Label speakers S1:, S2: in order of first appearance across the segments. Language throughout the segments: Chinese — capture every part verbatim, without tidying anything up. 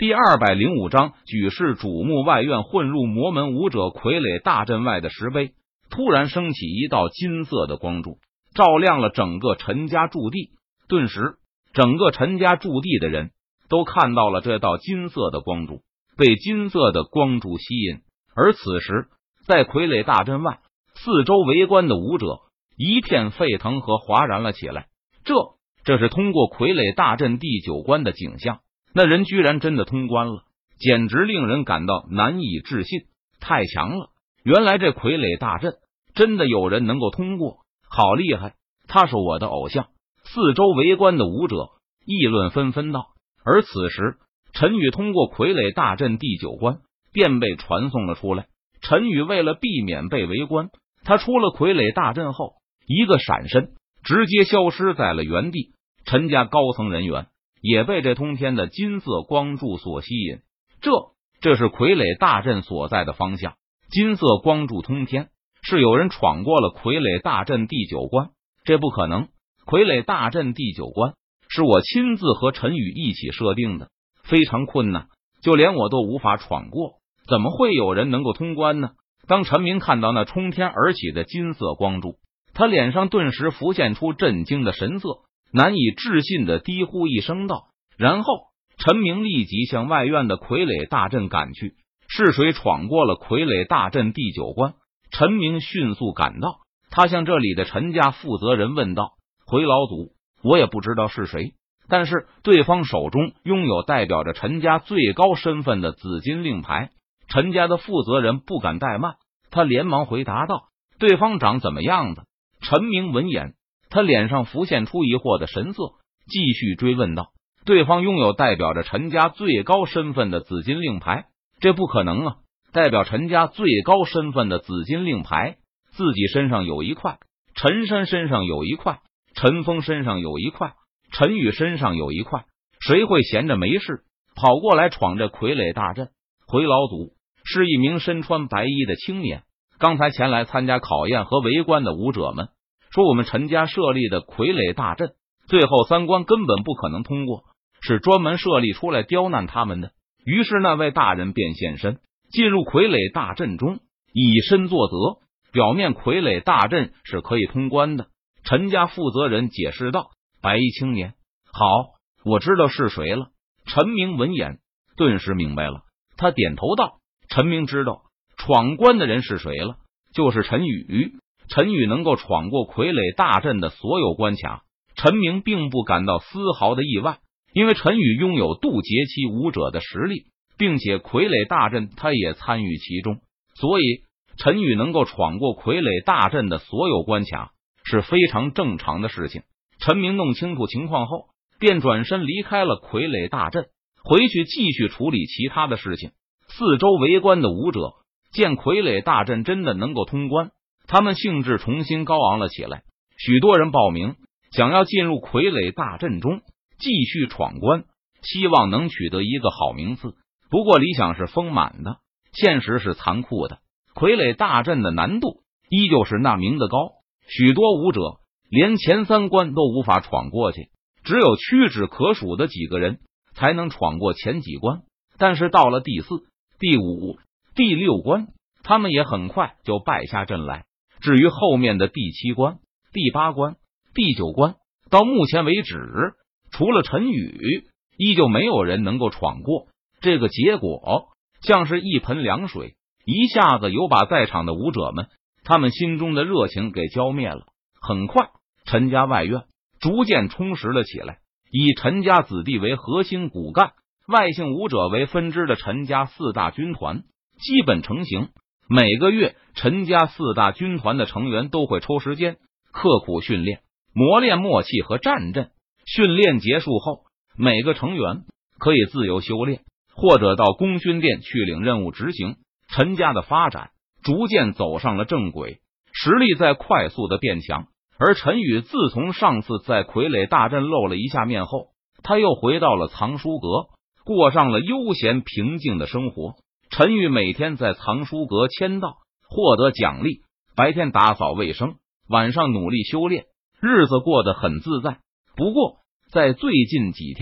S1: 第二百零五章，举世瞩目，外院混入魔门武者傀儡大阵外的石碑，突然升起一道金色的光柱，照亮了整个陈家驻地。顿时，整个陈家驻地的人都看到了这道金色的光柱，被金色的光柱吸引。而此时，在傀儡大阵外，四周围观的武者一片沸腾和哗然了起来。这这是通过傀儡大阵第九关的景象，那人居然真的通关了，简直令人感到难以置信，太强了！原来这傀儡大阵真的有人能够通过，好厉害！他是我的偶像！四周围观的武者议论纷纷道。而此时，陈宇通过傀儡大阵第九关便被传送了出来。陈宇为了避免被围观，他出了傀儡大阵后，一个闪身，直接消失在了原地。陈家高层人员也被这通天的金色光柱所吸引，这这是傀儡大阵所在的方向。金色光柱通天，是有人闯过了傀儡大阵第九关？这不可能！傀儡大阵第九关是我亲自和陈宇一起设定的，非常困难，就连我都无法闯过，怎么会有人能够通关呢？当陈明看到那冲天而起的金色光柱，他脸上顿时浮现出震惊的神色，难以置信的低呼一声道。然后陈明立即向外院的傀儡大阵赶去。是谁闯过了傀儡大阵第九关？陈明迅速赶到，他向这里的陈家负责人问道：回老祖，我也不知道是谁，但是对方手中拥有代表着陈家最高身份的紫金令牌。陈家的负责人不敢怠慢，他连忙回答道：对方长怎么样子？陈明闻言，他脸上浮现出疑惑的神色，继续追问道：对方拥有代表着陈家最高身份的紫金令牌？这不可能啊！代表陈家最高身份的紫金令牌，自己身上有一块，陈山身上有一块，陈峰身上有一块，陈宇身上有一块，谁会闲着没事跑过来闯这傀儡大阵？回老祖，是一名身穿白衣的青年，刚才前来参加考验和围观的武者们说，我们陈家设立的傀儡大阵最后三关根本不可能通过，是专门设立出来刁难他们的。于是那位大人便现身，进入傀儡大阵中，以身作则，表面傀儡大阵是可以通关的。陈家负责人解释道：白衣青年，好，我知道是谁了。陈明闻言顿时明白了，他点头道：陈明知道闯关的人是谁了，就是陈宇。陈宇能够闯过傀儡大阵的所有关卡，陈明并不感到丝毫的意外，因为陈宇拥有渡劫期武者的实力，并且傀儡大阵他也参与其中，所以陈宇能够闯过傀儡大阵的所有关卡是非常正常的事情。陈明弄清楚情况后，便转身离开了傀儡大阵，回去继续处理其他的事情。四周围观的武者见傀儡大阵真的能够通关，他们兴致重新高昂了起来，许多人报名想要进入傀儡大阵中继续闯关，希望能取得一个好名次。不过理想是丰满的，现实是残酷的，傀儡大阵的难度依旧是那名的高，许多武者连前三关都无法闯过去，只有屈指可数的几个人才能闯过前几关。但是到了第四、第五、第六关，他们也很快就败下阵来。至于后面的第七关、第八关、第九关，到目前为止除了陈宇，依旧没有人能够闯过。这个结果像是一盆凉水，一下子有把在场的武者们他们心中的热情给浇灭了。很快，陈家外院逐渐充实了起来，以陈家子弟为核心骨干，外姓武者为分支的陈家四大军团基本成型。每个月陈家四大军团的成员都会抽时间刻苦训练，磨练默契和战阵。训练结束后，每个成员可以自由修炼，或者到功勋殿去领任务执行。陈家的发展逐渐走上了正轨，实力在快速的变强。而陈宇自从上次在傀儡大阵露了一下面后，他又回到了藏书阁，过上了悠闲平静的生活。陈宇每天在藏书阁签到，获得奖励，白天打扫卫生，晚上努力修炼，日子过得很自在。不过在最近几天，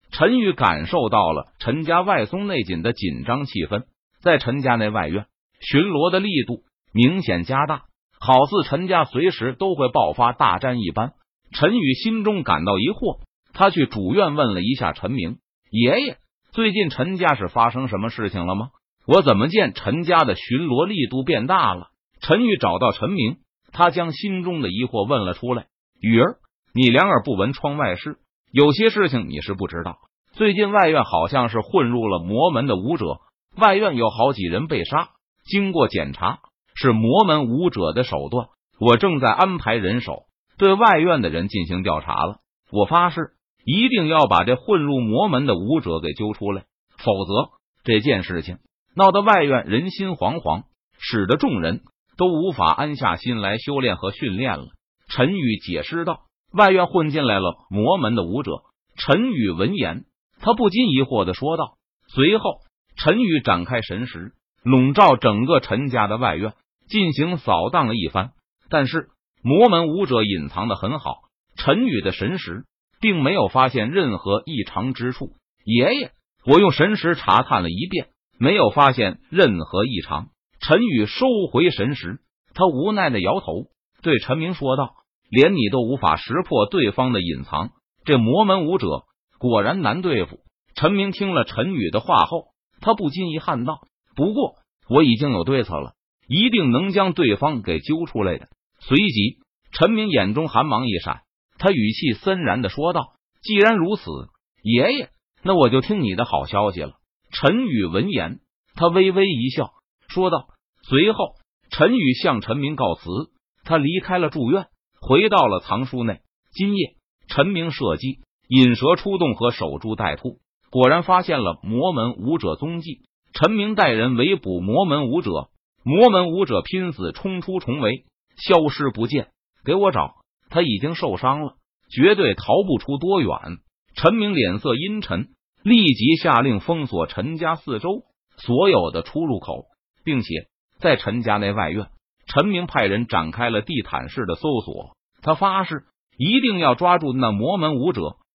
S1: 陈宇感受到了陈家外松内紧的紧张气氛，在陈家内外院巡逻的力度明显加大，好似陈家随时都会爆发大战一般。陈宇心中感到疑惑，他去主院问了一下陈明爷爷，最近陈家是发生什么事情了吗？我怎么见陈家的巡逻力度变大了？陈宇找到陈明，他将心中的疑惑问了出来。宇儿，你两耳不闻窗外事，有些事情你是不知道。最近外院好像是混入了魔门的武者，外院有好几人被杀，经过检查是魔门武者的手段，我正在安排人手对外院的人进行调查了。我发誓一定要把这混入魔门的武者给揪出来，否则这件事情闹得外院人心惶惶，使得众人都无法安下心来修炼和训练了。陈宇解释道，外院混进来了魔门的武者。陈宇闻言，他不禁疑惑的说道。随后陈宇展开神识，笼罩整个陈家的外院，进行扫荡了一番。但是魔门武者隐藏的很好，陈宇的神识并没有发现任何异常之处。爷爷，我用神识查探了一遍，没有发现任何异常。陈宇收回神识，他无奈的摇头，对陈明说道，连你都无法识破对方的隐藏，这魔门武者果然难对付。陈明听了陈宇的话后，他不禁遗憾道，不过我已经有对策了，一定能将对方给揪出来的。随即陈明眼中寒芒一闪，他语气森然的说道，既然如此，爷爷，那我就听你的好消息了。陈宇闻言，他微微一笑说道。随后陈宇向陈明告辞，他离开了住院，回到了藏书内。今夜陈明设计引蛇出洞和守株待兔，果然发现了魔门武者踪迹。陈明带人围捕魔门武者，魔门武者拼死冲出重围，消失不见。给我找，他已经受伤了，绝对逃不出多远。陈明脸色阴沉，立即下令封锁陈家四周所有的出入口，并且在陈家内外院，陈明派人展开了地毯式的搜索。他发誓一定要抓住那魔门武者，